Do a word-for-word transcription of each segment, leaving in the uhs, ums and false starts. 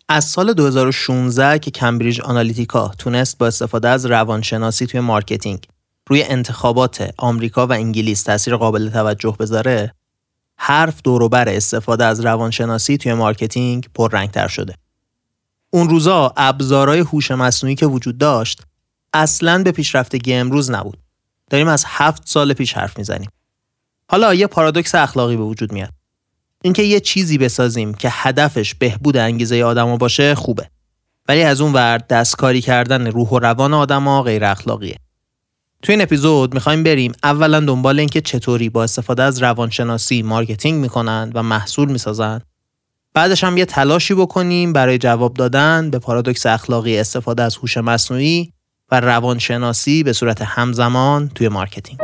از سال دو هزار و شانزده که کمبریج آنالیتیکا تونست با استفاده از روانشناسی توی مارکتینگ روی انتخابات آمریکا و انگلیس تاثیر قابل توجه بذاره، حرف دور و بر استفاده از روانشناسی توی مارکتینگ پررنگ‌تر شده. اون روزا ابزارهای هوش مصنوعی که وجود داشت اصلاً به پیشرفتگی امروز نبود. داریم از هفت سال پیش حرف میزنیم. حالا یه پارادوکس اخلاقی به وجود میاد. اینکه یه چیزی بسازیم که هدفش بهبود انگیزه آدما باشه خوبه. ولی از اون ور دستکاری کردن روح و روان آدما غیر اخلاقیه. تو این اپیزود میخوایم بریم اولا دنبال اینکه چطوری با استفاده از روانشناسی مارکتینگ میکنن و محصول میسازن. بعدش هم یه تلاشی بکنیم برای جواب دادن به پارادوکس اخلاقی استفاده از هوش مصنوعی و روانشناسی به صورت همزمان توی مارکتینگ.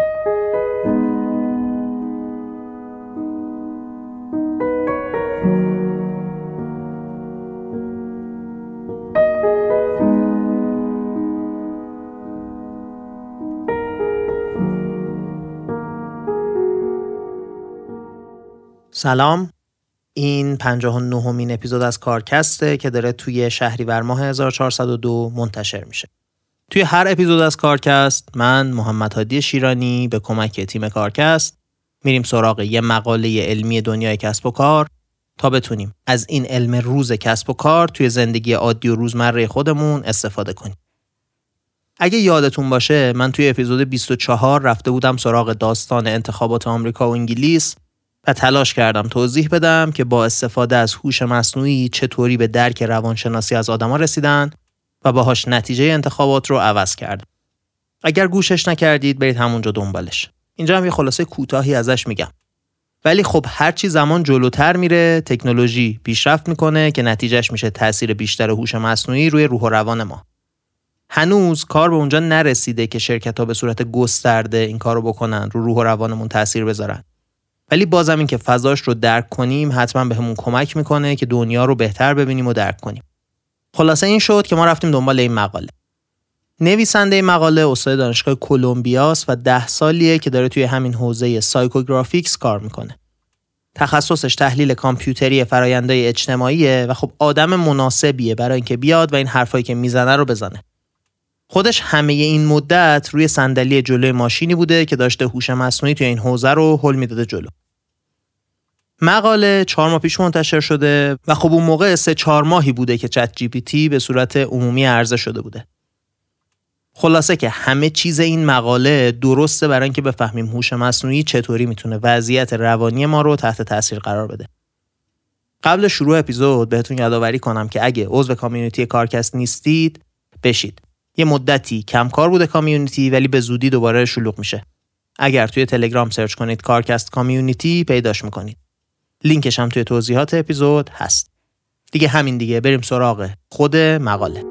سلام، این پنجاه و نهمین اپیزود از کارکسته که داره توی شهریور ماه هزار و چهارصد و دو منتشر میشه. توی هر اپیزود از کارکست من محمد هادی شیرانی به کمک تیم کارکست میریم سراغ یه مقاله علمی دنیای کسب و کار تا بتونیم از این علم روز کسب و کار توی زندگی عادی و روزمره خودمون استفاده کنیم. اگه یادتون باشه من توی اپیزود بیست و چهار رفته بودم سراغ داستان انتخابات آمریکا و انگلیس و تلاش کردم توضیح بدم که با استفاده از هوش مصنوعی چطوری به درک روانشناسی از آدما رسیدن و باهاش نتیجه انتخابات رو عوض کردن. اگر گوشش نکردید برید همونجا دنبالش. اینجا هم یه خلاصه کوتاهی ازش میگم. ولی خب هرچی زمان جلوتر میره تکنولوژی پیشرفت میکنه که نتیجهش میشه تاثیر بیشتر هوش مصنوعی روی روح و روان ما. هنوز کار به اونجا نرسیده که شرکت‌ها به صورت گسترده این کارو بکنن، رو روح و روانمون تاثیر بذارن. ولی بازم این که فضاش رو درک کنیم حتما بهمون کمک میکنه که دنیا رو بهتر ببینیم و درک کنیم. خلاصه این شد که ما رفتیم دنبال این مقاله. نویسنده این مقاله استاد دانشگاه کلمبیاست و ده سالیه که داره توی همین حوزه سایکوگرافیکس کار میکنه. تخصصش تحلیل کامپیوتری فرآیندهای اجتماعیه و خب آدم مناسبیه برای اینکه بیاد و این حرفایی که میزنه رو بزنه. خودش همه این مدت روی صندلی جلوی ماشینی بوده که داشته هوش مصنوعی توی این حوزه رو هل میداده جلو. مقاله چهار ماه پیش منتشر شده و خب اون موقع سه چهار ماهی بوده که چت جی پی تی به صورت عمومی عرضه شده بوده. خلاصه که همه چیز این مقاله درسته برای اینکه بفهمیم هوش مصنوعی چطوری میتونه وضعیت روانی ما رو تحت تاثیر قرار بده. قبل شروع اپیزود بهتون یادآوری کنم که اگه عضو کامیونیتی کارکست نیستید بشید. یه مدتی کم کار بوده کامیونیتی ولی به زودی دوباره شلوغ میشه. اگر توی تلگرام سرچ کنید کارکست کامیونیتی پیداش میکنید. لینکش هم توی توضیحات اپیزود هست. دیگه همین دیگه بریم سراغ خود مقاله.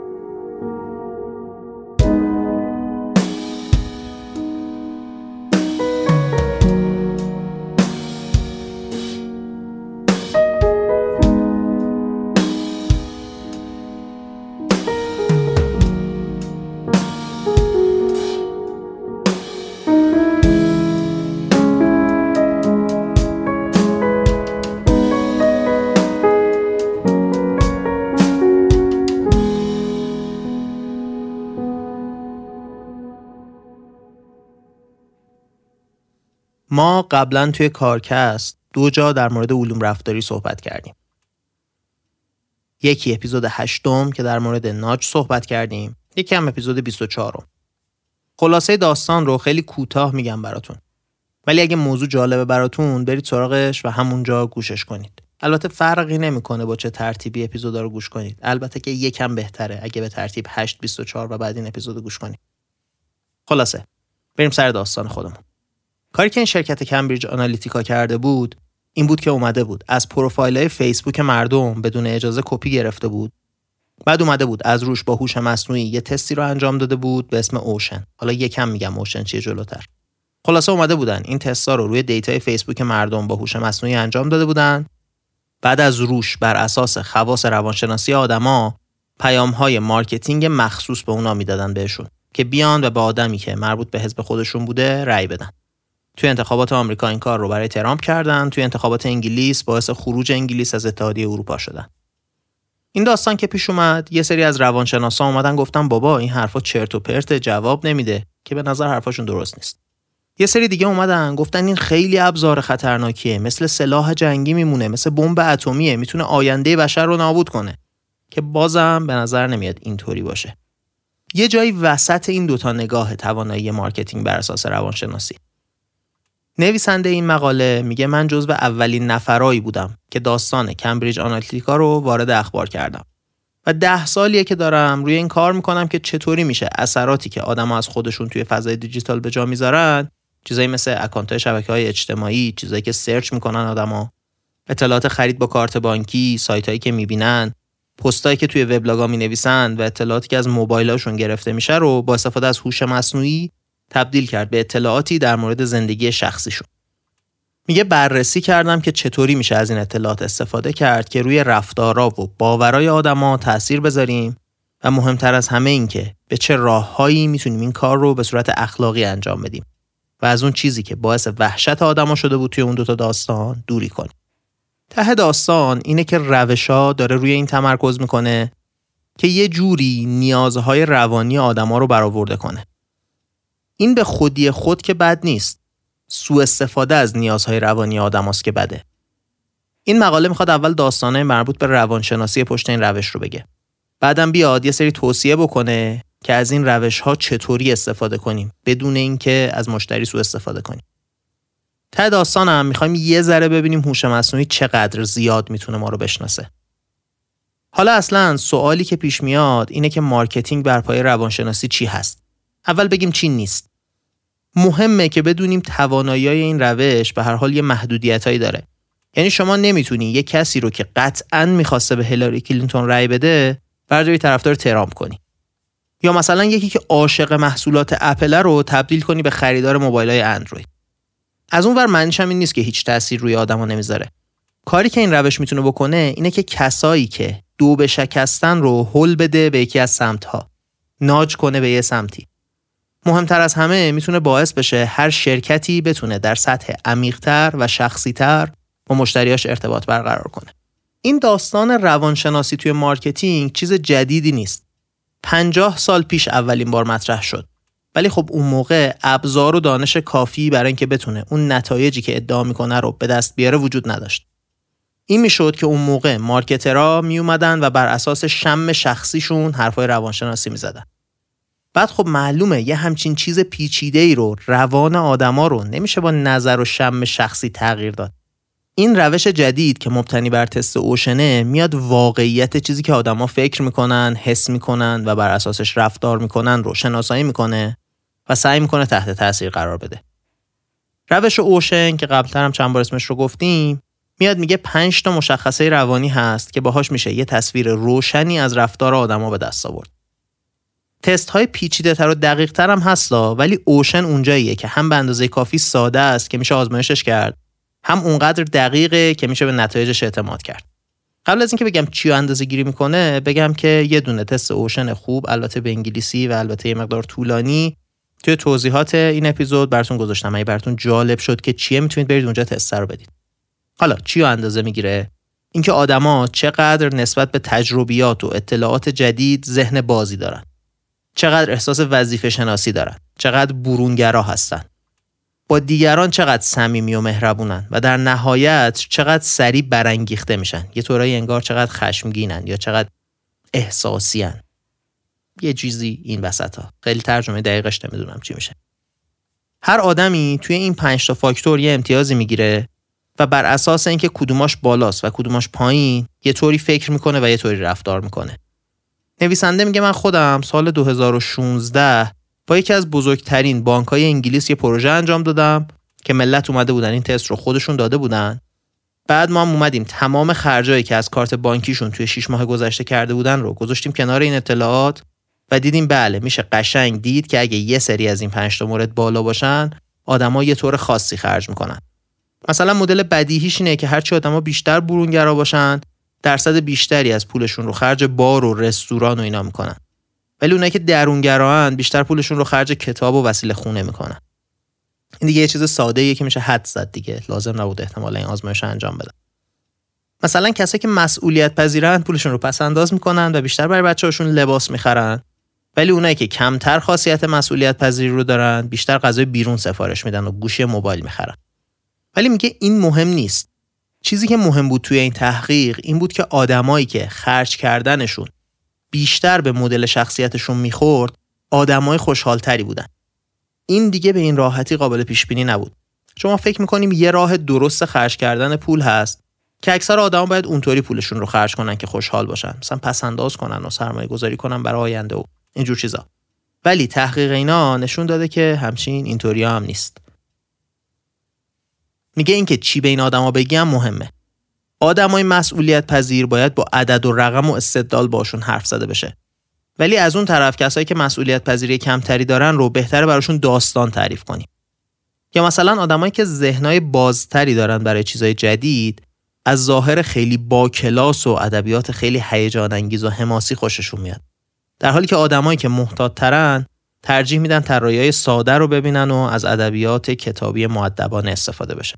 ما قبلا توی کارکست دو جا در مورد علوم رفتاری صحبت کردیم. یکی اپیزود هشتم که در مورد ناچ صحبت کردیم، یکی هم اپیزود بیست و چهارم. خلاصه داستان رو خیلی کوتاه میگم براتون. ولی اگه موضوع جالبه براتون برید سراغش و همونجا گوشش کنید. البته فرقی نمیکنه با چه ترتیبی اپیزودا رو گوش کنید. البته که یکم بهتره اگه به ترتیب هشت بیست و چهار و بعد این اپیزودو گوش کنید. خلاصه بریم سر داستان خودمون. کاری که این شرکت کمبریج آنالیتیکا کرده بود این بود که اومده بود از پروفایل‌های فیسبوک مردم بدون اجازه کپی گرفته بود. بعد اومده بود از روش با هوش مصنوعی یه تستی رو انجام داده بود به اسم اوشن. حالا یکم میگم اوشن چیه جلوتر. خلاصه اومده بودن این تستا رو روی دیتای فیسبوک مردم با هوش مصنوعی انجام داده بودن. بعد از روش بر اساس خواص روانشناسی آدما پیام‌های مارکتینگ مخصوص به اونا میدادن بهشون که بیان و به آدمی که مربوط به حزب خودشون بوده رأی بدن. توی انتخابات آمریکا این کار رو برای ترامپ کردن، توی انتخابات انگلیس باعث خروج انگلیس از اتحادیه اروپا شدن. این داستان که پیش اومد یه سری از روانشناسا اومدن گفتن بابا این حرفا چرت و پرت، جواب نمیده، که به نظر حرفاشون درست نیست. یه سری دیگه اومدن گفتن این خیلی ابزار خطرناکیه، مثل سلاح جنگی میمونه، مثل بمب اتمیه، میتونه آینده بشر رو نابود کنه، که بازم به نظر نمیاد اینطوری باشه. یه جایی وسط این دوتا نگاه توانایی مارکتینگ بر اساس روانشناسی. نویسنده این مقاله میگه من جزو اولین نفرایی بودم که داستان کمبریج آنالیتیکا رو وارد اخبار کردم و ده سالیه که دارم روی این کار میکنم که چطوری میشه اثراتی که آدم‌ها از خودشون توی فضای دیجیتال به جا میذارن، چیزایی مثل اکانت‌های شبکه‌های اجتماعی، چیزایی که سرچ میکنن آدم‌ها، اطلاعات خرید با کارت بانکی، سایتایی که میبینن، پستایی که توی وبلاگ‌ها مینویسن و اطلاعاتی که از موبایل‌هاشون گرفته میشه رو با استفاده از هوش مصنوعی تبدیل کرد به اطلاعاتی در مورد زندگی شخصیشون. میگه بررسی کردم که چطوری میشه از این اطلاعات استفاده کرد که روی رفتارا و باورای آدما تأثیر بذاریم و مهمتر از همه این که به چه راههایی میتونیم این کار رو به صورت اخلاقی انجام بدیم و از اون چیزی که باعث وحشت آدما شده بود توی اون دوتا داستان دوری کنیم. ته داستان اینه که روشا داره روی این تمرکز میکنه که یه جوری نیازهای روانی آدما رو برآورده کنه. این به خودی خود که بد نیست. سوء استفاده از نیازهای روانی آدماست که بده. این مقاله میخواد اول داستانه مربوط به روانشناسی پشت این روش رو بگه. بعدم بیاد یه سری توصیه بکنه که از این روش‌ها چطوری استفاده کنیم بدون اینکه از مشتری سوء استفاده کنیم. ته داستانم میخوایم یه ذره ببینیم هوش مصنوعی چقدر زیاد میتونه ما رو بشناسه. حالا اصلاً سوالی که پیش میاد اینه که مارکتینگ بر پایه روانشناسی چی هست؟ اول بگیم چی نیست. مهمه که بدونیم توانایی‌های این روش به هر حال یه محدودیتایی داره. یعنی شما نمیتونی یه کسی رو که قطعاً میخواسته به هیلاری کلینتون رأی بده برداری طرفدار ترامپ کنی. یا مثلا یکی که عاشق محصولات اپل رو تبدیل کنی به خریدار موبایل‌های اندروید. از اون ور معنیش هم این نیست که هیچ تأثیر روی آدما نمیذاره. کاری که این روش میتونه بکنه اینه که کسایی که دو به شکستن رو هل بده به یکی از سمت‌ها، ناج کنه به یه سمتی. مهمتر از همه میتونه باعث بشه هر شرکتی بتونه در سطح عمیق‌تر و شخصی‌تر با مشتریاش ارتباط برقرار کنه. این داستان روانشناسی توی مارکتینگ چیز جدیدی نیست. پنجاه سال پیش اولین بار مطرح شد. ولی خب اون موقع ابزار و دانش کافی برای اینکه بتونه اون نتایجی که ادعا میکنه رو به دست بیاره وجود نداشت. این میشد که اون موقع مارکترها می اومدن و بر اساس شم شخصیشون حرفای روانشناسی میزدن. بعد خب معلومه یه همچین چیز پیچیده‌ای رو، روان آدما رو نمیشه با نظر و شم شخصی تغییر داد. این روش جدید که مبتنی بر تست اوشنه میاد واقعیت چیزی که آدما فکر میکنن، حس میکنن و بر اساسش رفتار میکنن رو شناسایی میکنه و سعی میکنه تحت تاثیر قرار بده. روش اوشن که قبلتر هم چند بار اسمش رو گفتیم میاد میگه پنج تا مشخصه روانی هست که باهاش میشه یه تصویر روشنی از رفتار آدما به دست آورد. تست های پیچیده تر و دقیق تر هم هستا، ولی اوشن اونجاییه که هم به اندازه کافی ساده است که میشه آزمایشش کرد، هم اونقدر دقیقه که میشه به نتایجش اعتماد کرد. قبل از اینکه بگم چی رو اندازه گیری میکنه بگم که یه دونه تست اوشن خوب، البته به انگلیسی و البته یه مقدار طولانی، توی توضیحات این اپیزود براتون گذاشتم. اگه براتون جالب شد که چیه میتونید برید اونجا تست رو بدید. حالا چی رو اندازه میگیره؟ اینکه آدما چقدر نسبت به تجربیات و اطلاعات جدید ذهن بازی دارن، چقدر احساس وظیفه شناسی دارن، چقدر برونگرا هستن، با دیگران چقدر صمیمی و مهربونن و در نهایت چقدر سریع برانگیخته میشن، یه طورایی انگار چقدر خشمگینن یا چقدر احساسیان. یه چیزی این وسطا. خیلی ترجمه دقیقش نمیدونم چی میشه. هر آدمی توی این پنج تا فاکتور یه امتیازی میگیره و بر اساس اینکه کدوماش بالاست و کدوماش پایین یه طوری فکر میکنه و یه طوری رفتار میکنه. نویسنده میگه من خودم سال دو هزار و شانزده با یکی از بزرگترین بانک‌های انگلیس یه پروژه انجام دادم که ملت اومده بودن این تست رو خودشون داده بودن. بعد ما هم اومدیم تمام خرجایی که از کارت بانکیشون توی شش ماه گذشته کرده بودن رو گذاشتیم کنار این اطلاعات و دیدیم بله میشه قشنگ دید که اگه یه سری از این پنج تا مورد بالا باشن آدما یه طور خاصی خرج میکنن. مثلا مدل بدیهیش اینه که هرچی آدما بیشتر برونگرا باشن درصد بیشتری از پولشون رو خرج بار و رستوران و اینا میکنن. ولی اونایی که درونگراهن بیشتر پولشون رو خرج کتاب و وسیله خونه میکنن. این دیگه یه چیز ساده‌ایه که میشه حد زد دیگه. لازم نبود احتمالاً این آزمایش انجام بدن. مثلا کسایی که مسئولیت پذیرن پولشون رو پس انداز میکنن و بیشتر برای بچه‌هاشون لباس میخرن، ولی اونایی که کمتر خاصیت مسئولیت پذیری رو دارن بیشتر غذای بیرون سفارش میدن و گوشی موبایل میخرن. ولی میگه این مهم نیست. چیزی که مهم بود توی این تحقیق این بود که آدمایی که خرج کردنشون بیشتر به مدل شخصیتشون میخورد آدمای خوشحالتری بودن. این دیگه به این راحتی قابل پیش بینی نبود. شما فکر میکنیم یه راه درست خرج کردن پول هست که اکثر آدما باید اونطوری پولشون رو خرج کنن که خوشحال باشن، مثلا پس انداز کنن و سرمایه گذاری کنن برای آینده و اینجور چیزا. ولی تحقیق اینا نشون داده که همچین اینطوری هم نیست. میگه این که چی به این آدما بگیم مهمه. آدمای مسئولیت پذیر باید با عدد و رقم و استدلال باشون حرف زده بشه. ولی از اون طرف کسایی که مسئولیت پذیری کمتری دارن رو بهتره براشون داستان تعریف کنیم. یا مثلا آدمایی که ذهنای بازتری دارن برای چیزای جدید، از ظاهر خیلی با کلاس و ادبیات خیلی هیجان انگیز و حماسی خوششون میاد. در حالی که آدمایی که محتاط‌ترن ترجیح میدن طراحی‌های ساده رو ببینن و از ادبیات کتابی مؤدبانه استفاده بشه.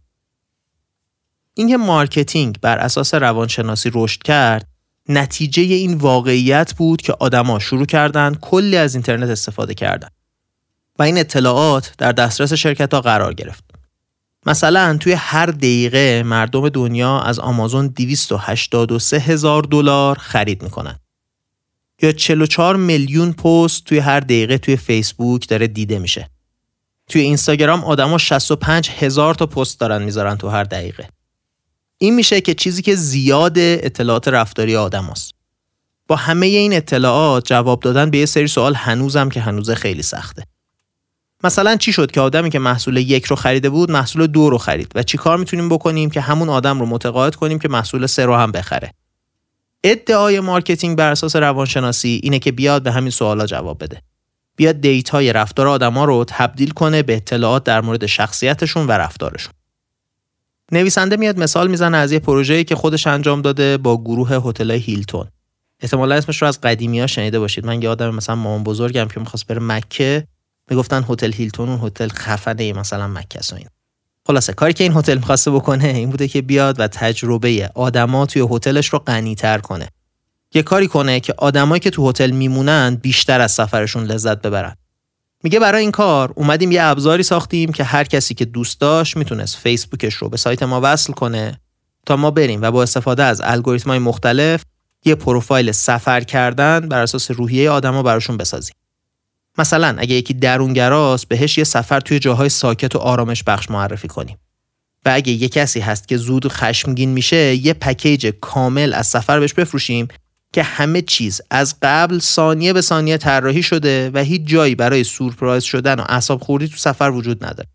اینکه مارکتینگ بر اساس روانشناسی رشد کرد، نتیجه این واقعیت بود که آدما شروع کردن کلی از اینترنت استفاده کردن و این اطلاعات در دسترس شرکت‌ها قرار گرفت. مثلا توی هر دقیقه مردم دنیا از آمازون دویست و هشتاد و سه هزار دلار خرید میکنن. یا چهل و چهار میلیون پست توی هر دقیقه توی فیسبوک داره دیده میشه. توی اینستاگرام آدما شصت و پنج هزار تا پست دارن میذارن تو هر دقیقه. این میشه که چیزی که زیاد اطلاعات رفتاری آدماست. با همه این اطلاعات جواب دادن به یه سری سوال هنوزم که هنوز خیلی سخته. مثلا چی شد که آدمی که محصول یک رو خریده بود محصول دو رو خرید و چی کار میتونیم بکنیم که همون آدم رو متقاعد کنیم که محصول سه رو هم بخره؟ ادعای مارکتینگ بر اساس روانشناسی اینه که بیاد به همین سوالا جواب بده. بیاد دیتای رفتار آدما رو تبدیل کنه به اطلاعات در مورد شخصیتشون و رفتارشون. نویسنده میاد مثال میزنه از یه پروژه‌ای که خودش انجام داده با گروه هتل‌های هیلتون. احتمالاً اسمش رو از قدیمی‌ها شنیده باشید. من یادم مثلا مامان بزرگم که می‌خواست بره مکه میگفتن هتل هیلتون اون هتل خفنه مثلا مکه است و این. خلاصه کاری که این هتل می‌خواسته بکنه این بوده که بیاد و تجربه آدما توی هتلش رو غنی‌تر کنه. یه کاری کنه که آدمایی که تو هتل میمونن بیشتر از سفرشون لذت ببرن. میگه برای این کار اومدیم یه ابزاری ساختیم که هر کسی که دوست داشت میتونست فیسبوکش رو به سایت ما وصل کنه تا ما بریم و با استفاده از الگوریتم‌های مختلف یه پروفایل سفر کردن بر اساس روحیه آدما براشون بسازیم. مثلا اگه یکی درونگراست بهش یه سفر توی جاهای ساکت و آرامش بخش معرفی کنیم. و اگه یه کسی هست که زود خشمگین میشه یه پکیج کامل از سفر بهش بفروشیم که همه چیز از قبل ثانیه به ثانیه طراحی شده و هیچ جایی برای سورپرایز شدن و اعصاب خوردی تو سفر وجود نداره.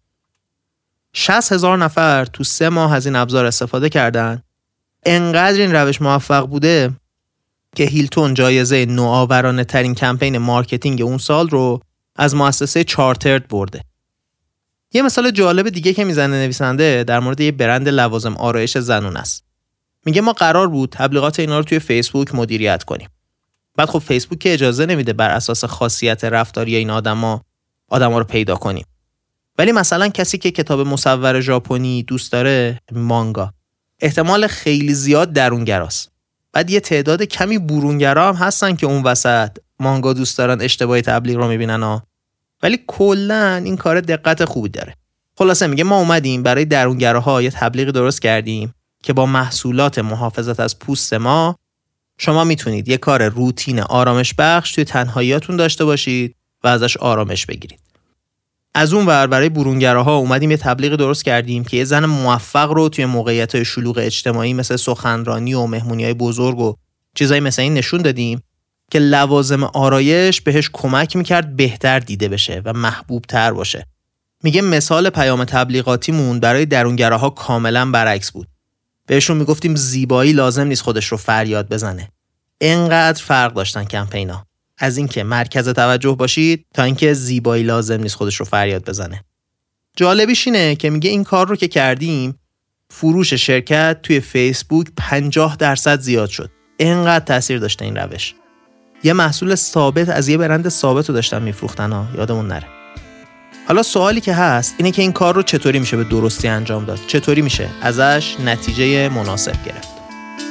شصت هزار نفر تو سه ماه از این ابزار استفاده کردن. انقدر این روش موفق بوده که هیلتون جایزه نوآورانه ترین کمپین مارکتینگ اون سال رو از مؤسسه چارترد برده. یه مثال جالب دیگه که میزنه نویسنده در مورد یه برند لوازم آرایش زنون است. میگه ما قرار بود تبلیغات اینا رو توی فیسبوک مدیریت کنیم. بعد خب فیسبوک که اجازه نمیده بر اساس خاصیت رفتاری این آدما آدما رو پیدا کنیم. ولی مثلا کسی که کتاب مصور ژاپنی دوست داره، مانگا، احتمال خیلی زیاد درونگراست. بعد یه تعداد کمی برونگرا هم هستن که اون وسط مانگا دوست دارن اشتباهی تبلیغ رو میبینن ها. ولی کلا این کار دقت خوبی داره. خلاصه میگه ما اومدیم برای درونگراها یه تبلیغ درست کردیم که با محصولات محافظت از پوست ما شما میتونید یه کار روتین آرامش بخش توی تنهاییاتون داشته باشید و ازش آرامش بگیرید. از اون ور برای برونگراها اومدیم یه تبلیغ درست کردیم که یه زن موفق رو توی موقعیت‌های شلوغ اجتماعی مثل سخنرانی و مهمونی‌های بزرگ و چیزای مثل این نشون دادیم که لوازم آرایش بهش کمک میکرد بهتر دیده بشه و محبوب تر باشه. میگه مثال پیام تبلیغاتیمون برای درونگراها کاملا برعکس بود. بهشون میگفتیم زیبایی لازم نیست خودش رو فریاد بزنه. اینقدر فرق داشتن کمپینا. از اینکه مرکز توجه باشید تا اینکه زیبایی لازم نیست خودش رو فریاد بزنه. جالبیش اینه که میگه این کار رو که کردیم فروش شرکت توی فیسبوک پنجاه درصد زیاد شد. اینقدر تاثیر داشته این روش. یه محصول ثابت از یه برند ثابت رو داشتن میفروختن ها، یادمون نره. حالا سوالی که هست اینه که این کار رو چطوری میشه به درستی انجام داد؟ چطوری میشه ازش نتیجه مناسب گرفت؟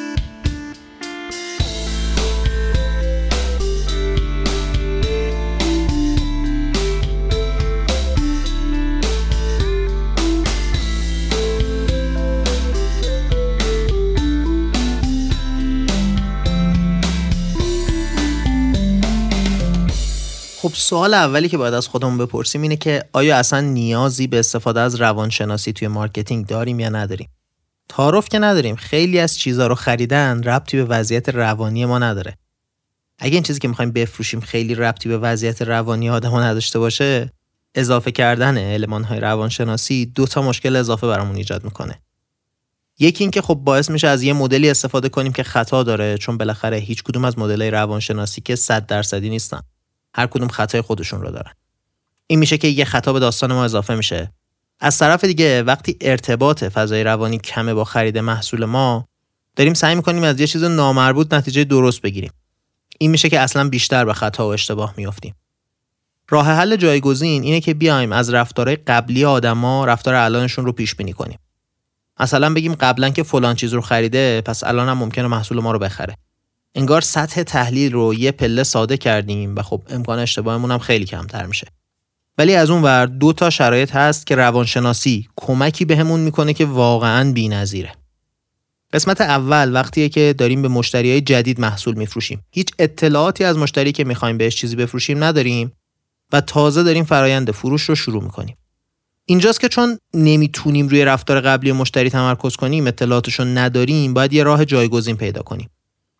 خب سوال اولی که باید از خودمون بپرسیم اینه که آیا اصلا نیازی به استفاده از روانشناسی توی مارکتینگ داریم یا نداریم؟ تعارف که نداریم. خیلی از چیزها رو خریدن ربطی به وضعیت روانی ما نداره. اگه این چیزی که می‌خوایم بفروشیم خیلی ربطی به وضعیت روانی آدم‌ها نداشته باشه، اضافه کردن المان‌های روانشناسی دو تا مشکل اضافه برامون ایجاد میکنه. یکی این که خب باعث میشه از یه مدلی استفاده کنیم که خطا داره، چون بالاخره هیچ کدوم از مدل‌های روانشناسی که صد درصدی نیستن. هر کدوم خطای خودشون رو دارن. این میشه که یه خطا به داستان ما اضافه میشه. از طرف دیگه وقتی ارتباط فضای روانی کمه با خرید محصول ما، داریم سعی میکنیم از یه چیز نامربوط نتیجه درست بگیریم. این میشه که اصلا بیشتر به خطا و اشتباه میافتیم. راه حل جایگزین اینه که بیایم از رفتارهای قبلی آدما رفتار الانشون رو پیش بینی کنیم. مثلا بگیم قبلا که فلان چیز رو خریده، پس الان هم ممکنه محصول ما رو بخره. انگار سطح تحلیل رو یه پله ساده کردیم و خب امکان اشتباهمون هم خیلی کمتر میشه. ولی از اون ور دو تا شرایط هست که روانشناسی کمکی بهمون میکنه که واقعاً بی‌نظیره. قسمت اول وقتیه که داریم به مشتریای جدید محصول میفروشیم. هیچ اطلاعاتی از مشتری که میخوایم بهش چیزی بفروشیم نداریم و تازه داریم فرایند فروش رو شروع میکنیم. اینجاست که چون نمیتونیم روی رفتار قبلی مشتری تمرکز کنیم، اطلاعاتشو نداریم، باید یه راه جایگزین پیدا کنیم.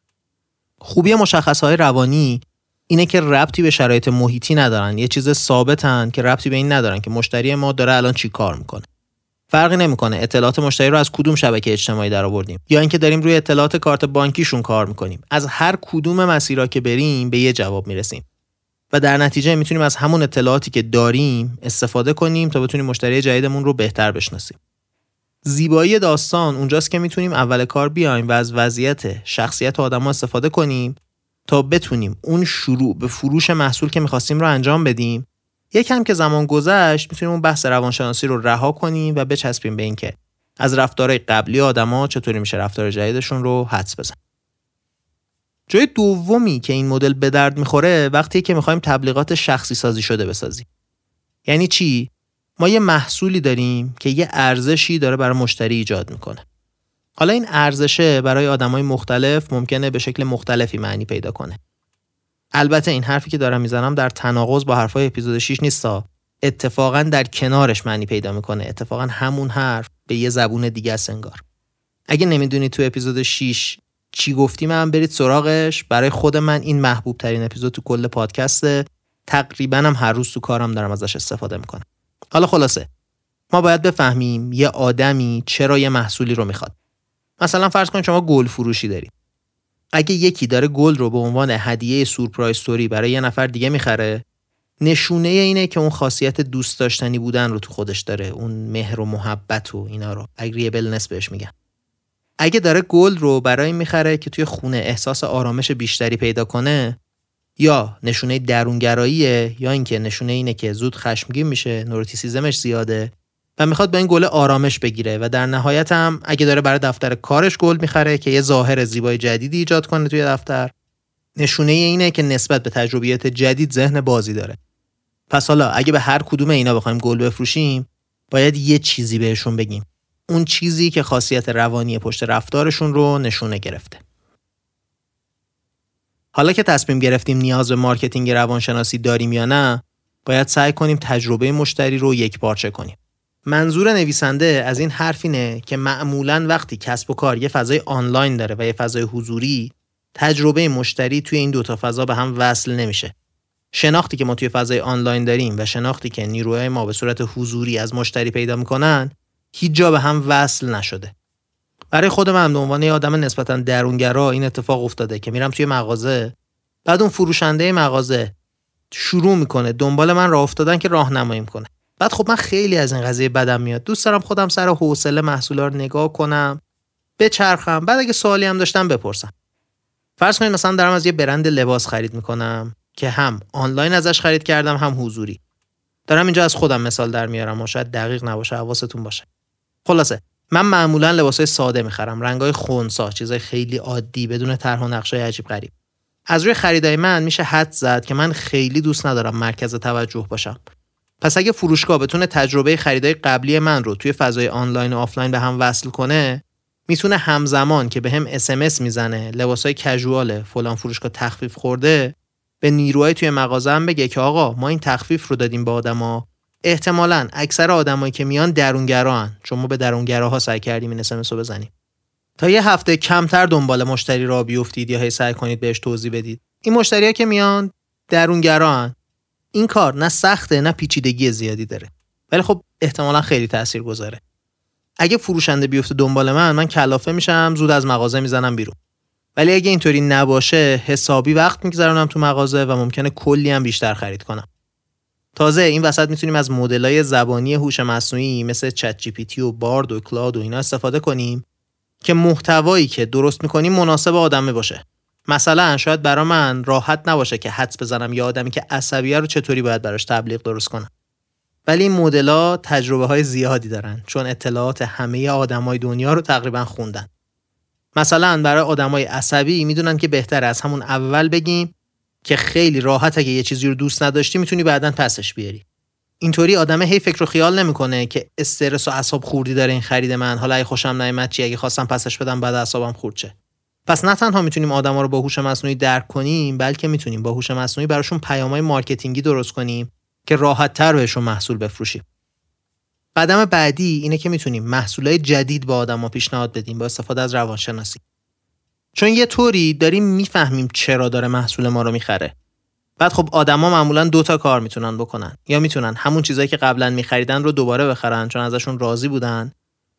خوبی مشخصهای روانی اینه که ربطی به شرایط محیطی ندارن، یه چیز ثابتن که ربطی به این ندارن که مشتری ما داره الان چی کار میکنه. فرقی نمیکنه اطلاعات مشتری رو از کدوم شبکه اجتماعی درآوردیم یا اینکه داریم روی اطلاعات کارت بانکیشون کار میکنیم. از هر کدوم مسیرها که بریم به یه جواب میرسیم و در نتیجه میتونیم از همون اطلاعاتی که داریم استفاده کنیم تا بتونیم مشتری جدیدمون رو بهتر بشناسیم. زیبایی داستان اونجاست که میتونیم اول کار بیایم و از وضعیت شخصیت آدم‌ها استفاده کنیم تا بتونیم اون شروع به فروش محصول که می‌خواستیم رو انجام بدیم. یکم که زمان گذشت میتونیم اون بحث روانشناسی رو رها کنیم و بچسبیم به این که از رفتارهای قبلی آدم‌ها چطوری میشه رفتار جدیدشون رو حدس بزنیم. جای دومی که این مدل به درد میخوره وقتی که میخوایم تبلیغات شخصی سازی شده بسازیم. یعنی چی؟ ما یه محصولی داریم که یه ارزشی داره برای مشتری ایجاد میکنه. حالا این ارزشه برای آدمای مختلف ممکنه به شکل مختلفی معنی پیدا کنه. البته این حرفی که دارم میزنم در تناقض با حرفای اپیزود شش نیستا. اتفاقاً در کنارش معنی پیدا میکنه. اتفاقاً همون حرف به یه زبون دیگه است انگار. اگه نمیدونید تو اپیزود شش چی گفتیم هم برید سراغش. برای خود من این محبوب ترین اپیزود تو کل پادکسته. تقریباً هم هر روز تو کارم دارم ازش استفاده میکنم. حالا خلاصه ما باید بفهمیم یه آدمی چرا یه محصولی رو میخواد. مثلا فرض کنید شما گل فروشی دارید. اگه یکی داره گل رو به عنوان هدیه سورپرایز استوری برای یه نفر دیگه میخره، نشونه اینه که اون خاصیت دوست داشتنی بودن رو تو خودش داره، اون مهر و محبت و اینا رو اگریبلنس بهش میگن. اگه داره گل رو برای میخره که توی خونه احساس آرامش بیشتری پیدا کنه، یا نشونه درونگراییه یا اینکه نشونه اینه که زود خشمگین میشه، نوروتیسیزمش زیاده و میخواد با این گل آرامش بگیره و در نهایت هم اگه داره برای دفتر کارش گل میخره که یه ظاهر زیبای جدیدی ایجاد کنه توی دفتر، نشونه اینه که نسبت به تجربیات جدید ذهن بازی داره. پس حالا اگه به هر کدوم اینا بخوایم گل بفروشیم، باید یه چیزی بهشون بگیم. اون چیزی که خاصیت روانی پشت رفتارشون رو نشونه گرفته. حالا که تصمیم گرفتیم نیاز به مارکتینگ روانشناسی داریم یا نه، باید سعی کنیم تجربه مشتری رو یکپارچه کنیم. منظور نویسنده از این حرف اینه که معمولاً وقتی کسب و کار یه فضای آنلاین داره و یه فضای حضوری، تجربه مشتری توی این دوتا فضا به هم وصل نمیشه. شناختی که ما توی فضای آنلاین داریم و شناختی که نیروهای ما به صورت حضوری از مشتری پیدا میکنن، هیچ جا به هم وصل نشده. برای خود من به عنوان یه آدم نسبتاً درونگرا این اتفاق افتاده که میرم توی مغازه، بعد اون فروشنده مغازه شروع میکنه دنبال من راه افتادن که راهنماییم کنه. بعد خب من خیلی از این قضیه بدم میاد. دوست دارم خودم سر حوصله محصولا رو نگاه کنم، بچرخم، بعد اگه سوالی هم داشتم بپرسم. فرض کنید مثلا دارم از یه برند لباس خرید میکنم که هم آنلاین ازش خرید کردم هم حضوری. دارم اینجا از خودم مثال در میارم، شاید دقیق نباشه، حواستون باشه. خلاصه من معمولا لباسای ساده میخرم، رنگای خنثی، چیزای خیلی عادی بدون طرح و نقشای عجیب غریب. از روی خریدای من میشه حد زد که من خیلی دوست ندارم مرکز توجه باشم. پس اگه فروشگاه بتونه تجربه خریدای قبلی من رو توی فضای آنلاین و آفلاین به هم وصل کنه، میتونه همزمان که بهم اس ام اس میزنه لباسای کژوال فلان فروشگاه تخفیف خورده، به نیروهای توی مغازه هم بگه که آقا ما این تخفیف رو دادیم به آدما، احتمالاً اکثر آدمایی که میان درونگراهن، چون ما به درونگراها سعی کردیم این اس ام اس رو بزنیم. تا یه هفته کمتر دنبال مشتری را بیفتید یا هی سعی کنید بهش توضیح بدید. این مشتری‌ها که میان درونگراهن. این کار نه سخته نه پیچیدگی زیادی داره. ولی خب احتمالاً خیلی تاثیرگذاره. اگه فروشنده بیفته دنبال من، من کلافه میشم، زود از مغازه میزنم بیرون. ولی اگه اینطوری نباشه، حسابی وقت میگذرونم تو مغازه و ممکنه کلی هم بیشتر خرید کنم. تازه این وسط میتونیم از مدل‌های زبانی هوش مصنوعی مثل چت جی پی تی و بارد و کلاود و اینا استفاده کنیم که محتوایی که درست میکنیم مناسب آدمه باشه. مثلا شاید برای من راحت نباشه که حدس بزنم یه آدمی که عصبیه رو چطوری باید براش تبلیغ درست کنم. ولی این مدل‌ها تجربه‌های زیادی دارن، چون اطلاعات همه آدمای دنیا رو تقریبا خوندن. مثلا برای آدمای عصبی میدونن که بهتره از همون اول بگیم که خیلی راحت اگه یه چیزی رو دوست نداشتی میتونی بعداً پسش بیاری. اینطوری آدم هی فکر و خیال نمیکنه که استرس و اعصاب خوردی داره این خرید من، حالا اگه خوشم نیامد چی، اگه خواستم پسش بدم بعد اعصابم خورد شه. پس نه تنها میتونیم آدما رو با هوش مصنوعی درک کنیم، بلکه میتونیم با هوش مصنوعی براشون پیام‌های مارکتینگی درست کنیم که راحت‌تر بهشون محصول بفروشیم. قدم بعدی اینه که میتونیم محصولات جدید به آدما پیشنهاد بدیم با استفاده از روانشناسی. چون یه طوری داریم میفهمیم چرا داره محصول ما رو میخره. بعد خب آدما معمولاً دو تا کار میتونن بکنن. یا میتونن همون چیزایی که قبلا میخریدن رو دوباره بخرن چون ازشون راضی بودن.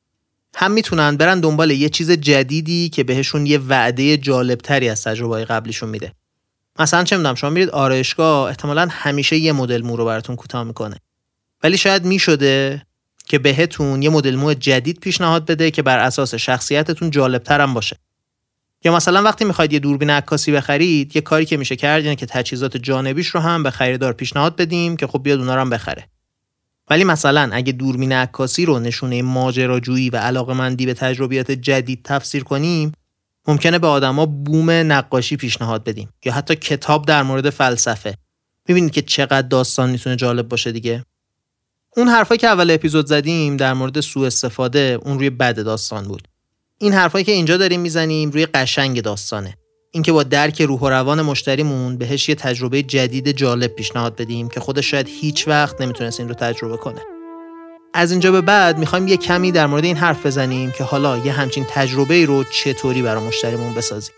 هم میتونن برن دنبال یه چیز جدیدی که بهشون یه وعده جالبتری از تجربه‌های قبلیشون میده. مثلا چه میدونم شما میرید آرایشگاه، احتمالاً همیشه یه مدل مو رو براتون کوتاه میکنه. ولی شاید میشده که بهتون یه مدل مو جدید پیشنهاد بده که بر اساس شخصیتتون جالب‌تر هم باشه. یا مثلا وقتی میخواید یه دوربین عکاسی بخرید، یه کاری که میشه کرد اینه که تجهیزات جانبیش رو هم به خریدار پیشنهاد بدیم که خب بیاد اونا رو هم بخره. ولی مثلا اگه دوربین عکاسی رو نشونه ماجراجویی و علاقه‌مندی به تجربیات جدید تفسیر کنیم، ممکنه به آدما بوم نقاشی پیشنهاد بدیم یا حتی کتاب در مورد فلسفه. میبینید که چقدر داستان میتونه جالب باشه دیگه. اون حرفایی که اول اپیزود زدیم در مورد سوء استفاده، اون روی بد داستان بود. این حرفایی که اینجا داریم میزنیم روی قشنگ داستانه. اینکه با درک روح و روان مشتریمون بهش یه تجربه جدید جالب پیشنهاد بدیم که خودش شاید هیچ وقت نمیتونست این رو تجربه کنه. از اینجا به بعد میخوایم یه کمی در مورد این حرف بزنیم که حالا یه همچین تجربه رو چطوری برای مشتریمون بسازیم.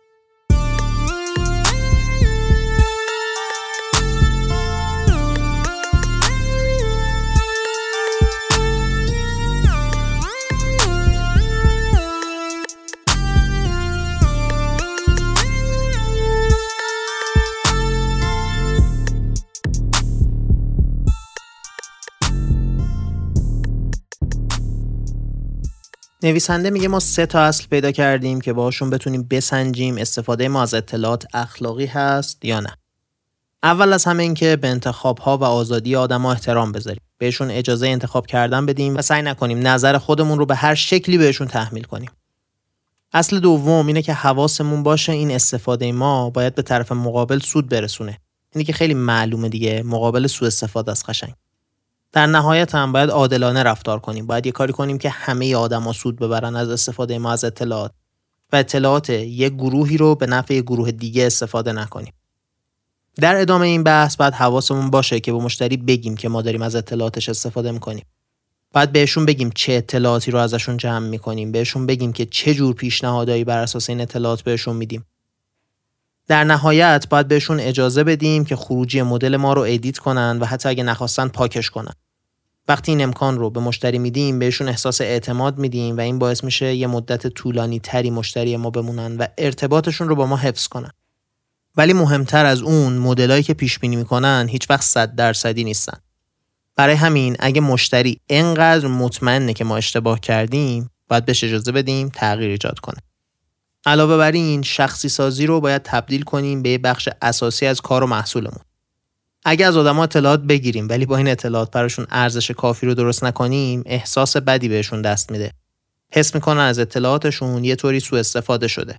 نویسنده میگه ما سه تا اصل پیدا کردیم که باهاشون بتونیم بسنجیم استفاده ما از اطلاعات اخلاقی هست یا نه. اول از همه این که به انتخاب‌ها و آزادی آدم‌ها احترام بذاریم. بهشون اجازه انتخاب کردن بدیم و سعی نکنیم نظر خودمون رو به هر شکلی بهشون تحمیل کنیم. اصل دوم اینه که حواسمون باشه این استفاده ما باید به طرف مقابل سود برسونه. اینی که خیلی معلومه دیگه، مقابل سوء استفاده از قشنگ. در نهایت هم باید عادلانه رفتار کنیم. باید یه کاری کنیم که همه آدما سود ببرن از استفاده ما از اطلاعات و اطلاعات یک گروهی رو به نفع یک گروه دیگه استفاده نکنیم. در ادامه این بحث باید حواسمون باشه که به مشتری بگیم که ما داریم از اطلاعاتش استفاده میکنیم. باید بهشون بگیم چه اطلاعاتی رو ازشون جمع میکنیم. بهشون بگیم که چه جور پیشنهادایی بر اساس این اطلاعات بهشون میدیم. در نهایت باید بهشون اجازه بدیم که خروجی مدل ما رو ادیت کنن و حتی اگه نخواستن پاکش کنن. وقتی این امکان رو به مشتری میدیم، بهشون احساس اعتماد میدیم و این باعث میشه یه مدت طولانی تری مشتری ما بمونن و ارتباطشون رو با ما حفظ کنن. ولی مهمتر از اون، مدلایی که پیش بینی میکنن هیچ وقت صد درصدی نیستن. برای همین اگه مشتری اینقدر مطمئنه که ما اشتباه کردیم، باید بهش اجازه بدیم تغییر ایجاد کنه. علاوه بر این، شخصی سازی رو باید تبدیل کنیم به یه بخش اساسی از کار و محصولمون. اگه از آدم‌ها اطلاعات بگیریم ولی با این اطلاعات براشون ارزش کافی رو درست نکنیم، احساس بدی بهشون دست میده. حس میکنن از اطلاعاتشون یه طوری سوء استفاده شده.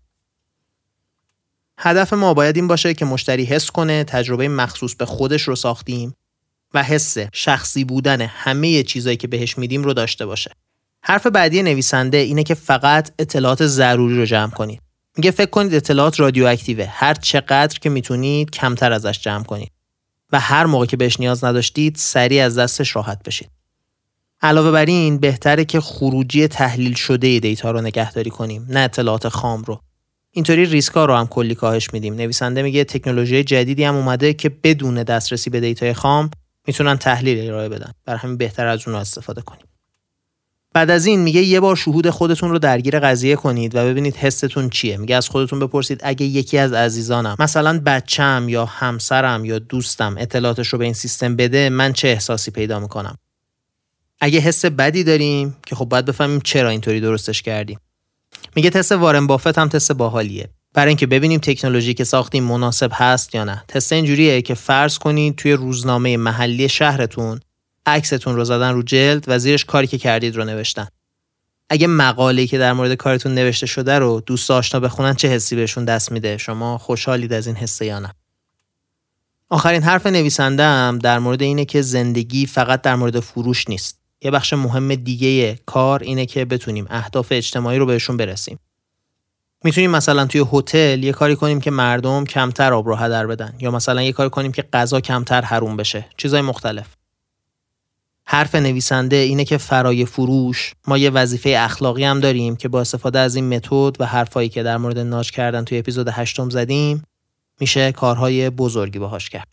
هدف ما باید این باشه که مشتری حس کنه تجربه مخصوص به خودش رو ساختیم و حس شخصی بودن همه چیزایی که بهش میدیم رو داشته باشه. حرف بعدی نویسنده اینه که فقط اطلاعات ضروری رو جمع کنید. میگه فکر کنید اطلاعات رادیواکتیوه، هر چقدر که میتونید کمتر ازش جمع کنید و هر موقع که بهش نیاز نداشتید سریع از دستش راحت بشید. علاوه بر این بهتره که خروجی تحلیل شده دیتا رو نگهداری کنیم، نه اطلاعات خام رو. اینطوری ریسکا رو هم کلی کاهش میدیم. نویسنده میگه تکنولوژی جدیدی هم اومده که بدون دسترسی به دیتای خام میتونن تحلیل ارائه بدن. برای همین بهتره از اونها استفاده کنیم. بعد از این میگه یه بار شهود خودتون رو درگیر قضیه کنید و ببینید حستون چیه. میگه از خودتون بپرسید اگه یکی از عزیزانم، مثلا بچه‌م یا همسرم یا دوستم اطلاعاتش رو به این سیستم بده، من چه احساسی پیدا میکنم. اگه حس بدی داریم که خب باید بفهمیم چرا اینطوری درستش کردیم. میگه تست وارن بافت هم تست باحالیه برای اینکه ببینیم تکنولوژی که ساختیم مناسب هست یا نه. تست اینجوریه که فرض کنید توی روزنامه محلی شهرتون عکستون رو زدن رو جلد و زیرش کاری که کردید رو نوشتن. اگه مقاله‌ای که در مورد کارتون نوشته شده رو دوست آشنا بخونن چه حسی بهشون دست میده؟ شما خوشحالید از این حس یا نه؟ آخرین حرف نویسنده هم در مورد اینه که زندگی فقط در مورد فروش نیست. یه بخش مهم دیگه کار اینه که بتونیم اهداف اجتماعی رو بهشون برسیم. میتونیم مثلا توی هتل یه کاری کنیم که مردم کمتر آب رو هدر بدن، یا مثلا یه کاری کنیم که غذا کمتر حروم بشه، چیزای مختلف. حرف نویسنده اینه که فرای فروش ما یه وظیفه اخلاقی هم داریم که با استفاده از این متد و حرفایی که در مورد ناج کردن توی اپیزود هشتم زدیم میشه کارهای بزرگی باهاش کرد.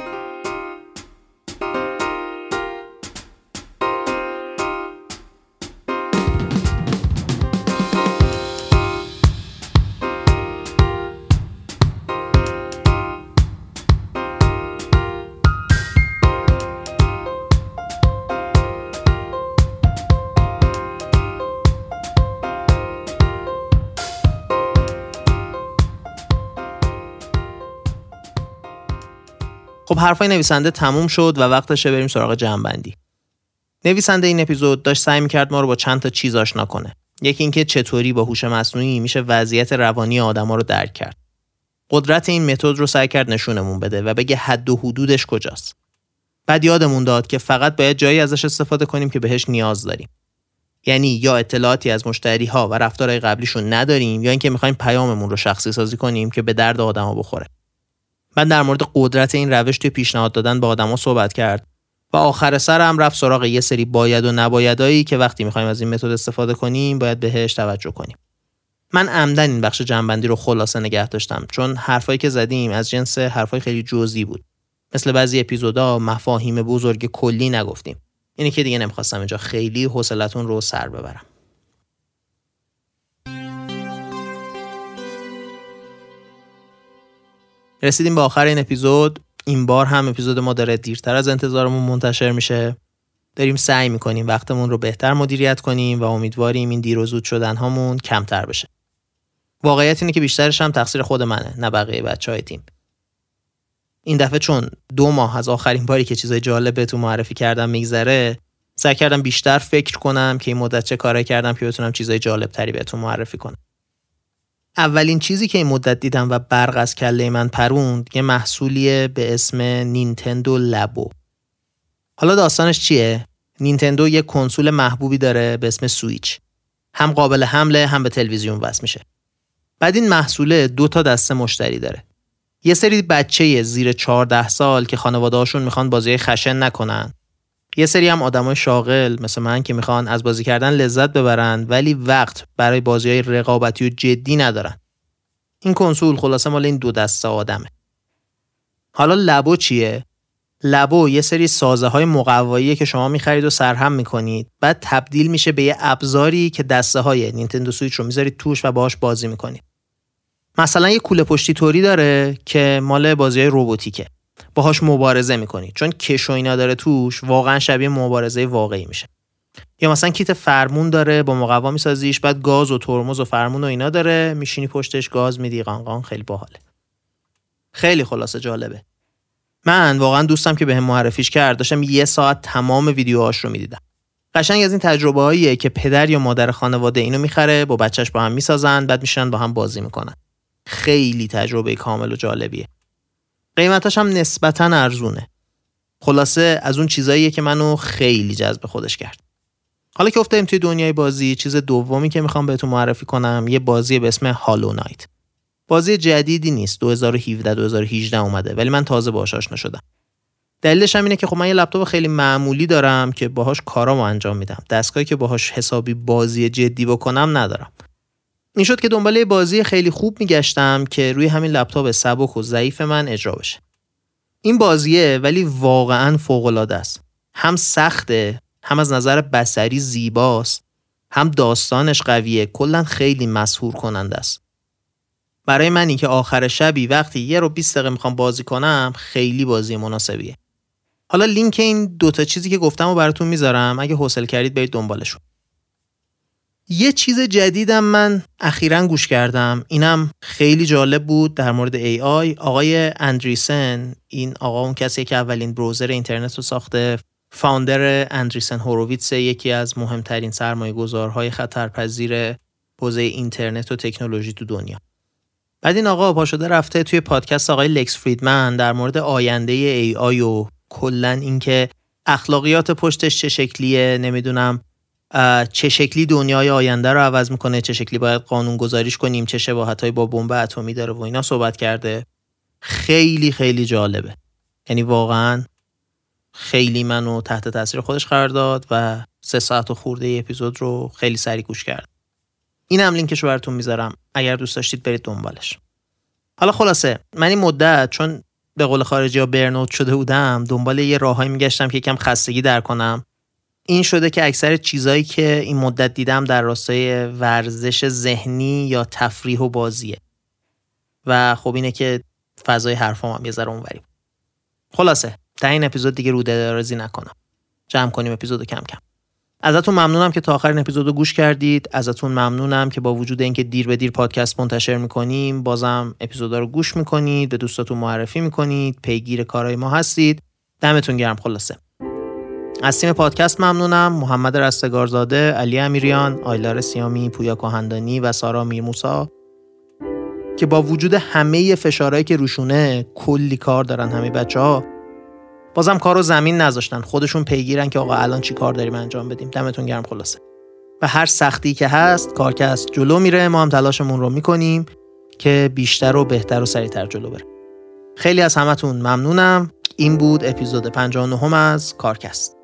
خب حرفای نویسنده تموم شد و وقتشه بریم سراغ جمع‌بندی. نویسنده این اپیزود داشت سعی می‌کرد ما رو با چند تا چیز آشنا کنه. یکی اینکه چطوری با هوش مصنوعی میشه وضعیت روانی آدم‌ها رو درک کرد. قدرت این متد رو سعی کرد نشونمون بده و بگه حد و حدودش کجاست. بعد یادمون داد که فقط باید جایی ازش استفاده کنیم که بهش نیاز داریم. یعنی یا اطلاعاتی از مشتری‌ها و رفتارهای قبلیشون نداریم، یا اینکه می‌خوایم پیاممون رو شخصی سازی کنیم که به درد آدم‌ها بخوره. من در مورد قدرت این روش توی پیشنهاد دادن به آدما صحبت کرد و آخر سر هم رفت سراغ یه سری باید و نبایدایی که وقتی می‌خوایم از این متد استفاده کنیم باید بهش توجه کنیم. من عمدن این بخش جنبندی رو خلاصه نگه داشتم چون حرفایی که زدیم از جنس حرفای خیلی جزئی بود. مثل بعضی اپیزودا مفاهیم بزرگ کلی نگفتیم. اینی که دیگه نمی‌خواستم اینجا خیلی حوصلتون رو سر ببرم. رسیدیم به آخر این اپیزود. این بار هم اپیزود ما داره دیرتر از انتظارمون منتشر میشه. داریم سعی میکنیم وقتمون رو بهتر مدیریت کنیم و امیدواریم این دیر و زود شدن هامون کمتر بشه. واقعیت اینه که بیشترش هم تقصیر خود منه، نه بقیه بچهای تیم. این دفعه چون دو ماه از آخرین باری که چیزای جالب بهتون معرفی کردم میگذره، سعی کردم بیشتر فکر کنم که این مدت چه کارایی کردم که بتونم چیزای جالب تری بهتون معرفی کنم. اولین چیزی که این مدت دیدم و برق از کله من پروند یه محصولیه به اسم نینتندو لابو. حالا داستانش چیه؟ نینتندو یه کنسول محبوبی داره به اسم سویچ. هم قابل حمله هم به تلویزیون وصل میشه. بعد این محصوله دو تا دسته مشتری داره. یه سری بچه زیر چهارده سال که خانواده‌هاشون میخوان بازی خشن نکنن. یه سری هم آدمای شاغل مثل من که میخوان از بازی کردن لذت ببرن ولی وقت برای بازی‌های رقابتی و جدی ندارن. این کنسول خلاصه مال این دو دسته آدمه. حالا لابو چیه؟ لابو یه سری سازه‌های مقواییه که شما می‌خرید و سرهم می‌کنید، بعد تبدیل میشه به یه ابزاری که دسته‌های نینتندو سویچ رو می‌ذارید توش و باهاش بازی می‌کنید. مثلا یه کوله پشتی توری داره که مال بازی‌های رباتیکه. باهاش مبارزه می‌کنید. چون کش و اینا داره توش، واقعا شبیه مبارزه واقعی میشه. یا مثلا کیت فرمون داره، با مقوا می‌سازیش، بعد گاز و ترمز و فرمون و اینا داره، میشینی پشتش گاز میدی، قانقان، خیلی باحاله. خیلی خلاصه جالبه. من واقعا دوستم که بهم معرفیش کرد، داشتم یه ساعت تمام ویدیوهاش رو میدیدم. قشنگ از این تجربه‌ایه که پدر یا مادر خانواده اینو میخره، با بچه‌ش با هم میسازن، بعد میشن با هم بازی میکنن. خیلی تجربه کامل و جالبیه. قیمتاش هم نسبتاً ارزونه. خلاصه از اون چیزاییه که منو خیلی جذب خودش کرد. حالا که افتادیم توی دنیای بازی، چیز دومی که میخوام بهتون معرفی کنم یه بازی به اسم هالو نایت. بازی جدیدی نیست، دو هزار و هفده دو هزار و هجده اومده، ولی من تازه باهاش آشنا شدم. دلیلش هم اینه که خب من یه لپتاپ خیلی معمولی دارم که باهاش کارامو انجام میدم. دستگاهی که باهاش حسابی بازی جدی بکنم ندارم. این شد که دنبال یه بازی خیلی خوب میگشتم که روی همین لپتاپ سبک و ضعیف من اجرا بشه. این بازیه ولی واقعاً فوق‌العاده است. هم سخته، هم از نظر بصری زیباست، هم داستانش قویه، کلاً خیلی مسحور کننده است. برای منی که آخر شبی وقتی یه رو بیست دقیقه میخوام بازی کنم، خیلی بازی مناسبیه. حالا لینک این دوتا چیزی که گفتم رو براتون میذارم، اگه حوصله کردید برید دنبالشون. یه چیز جدیدم من اخیراً گوش کردم، اینم خیلی جالب بود، در مورد ای آی. آقای اندریسن، این آقا اون کسیه که اولین براوزر اینترنت رو ساخته، فاوندر اندریسن هوروویتس، یکی از مهمترین سرمایه‌گذارهای خطرپذیر حوزه اینترنت و تکنولوژی تو دنیا. بعد این آقا پا شده رفته توی پادکست آقای لکس فریدمن در مورد آینده ای آی و کلاً اینکه اخلاقیات پشتش چه شکلیه، نمیدونم چه شکلی دنیای آینده رو عوض میکنه، چه شکلی باید قانون گذاریش کنیم، چه شباهتایی با بمب اتمی داره و اینا صحبت کرده. خیلی خیلی جالبه، یعنی واقعاً خیلی منو تحت تاثیر خودش قرار داد و سه ساعت و خورده ای اپیزود رو خیلی سریع گوش کرد. اینم لینکش رو براتون میذارم، اگر دوست داشتید برید دنبالش. حالا خلاصه من این مدت چون به قول خارجی‌ها برنوت شده بودم، دنبال یه راههایی میگشتم که یکم خستگی در کنم. این شده که اکثر چیزایی که این مدت دیدم در راستای ورزش ذهنی یا تفریح و بازیه و خب اینه که فضای حرفام هم یه ذره اونوری. خلاصه تا این اپیزود دیگه رو درازی نکنم، جمع کنیم اپیزودو کم کم. ازتون ممنونم که تا آخر این اپیزودو گوش کردید. ازتون ممنونم که با وجود اینکه دیر به دیر پادکست منتشر میکنیم بازم اپیزودا رو گوش میکنید، به دوستاتون معرفی میکنید، پیگیر کارهای ما هستید. دمتون گرم. خلاصه از تیم پادکست ممنونم، محمد رستگارزاده، علی امیریان، آیلار سیامی، پویا کاهندانی و سارا میرموسا که با وجود همه فشارهایی که روشونه کلی کار دارن. همه بچه‌ها بازم کارو زمین نذاشتن، خودشون پیگیرن که آقا الان چی کار داریم انجام بدیم. دمتون گرم. خلاصه و هر سختی که هست کارکست جلو میره، ما هم تلاشمون رو میکنیم که بیشتر و بهتر و سریعتر جلو بره. خیلی از همتون ممنونم. این بود اپیزود پنجاه و نه از کارکست.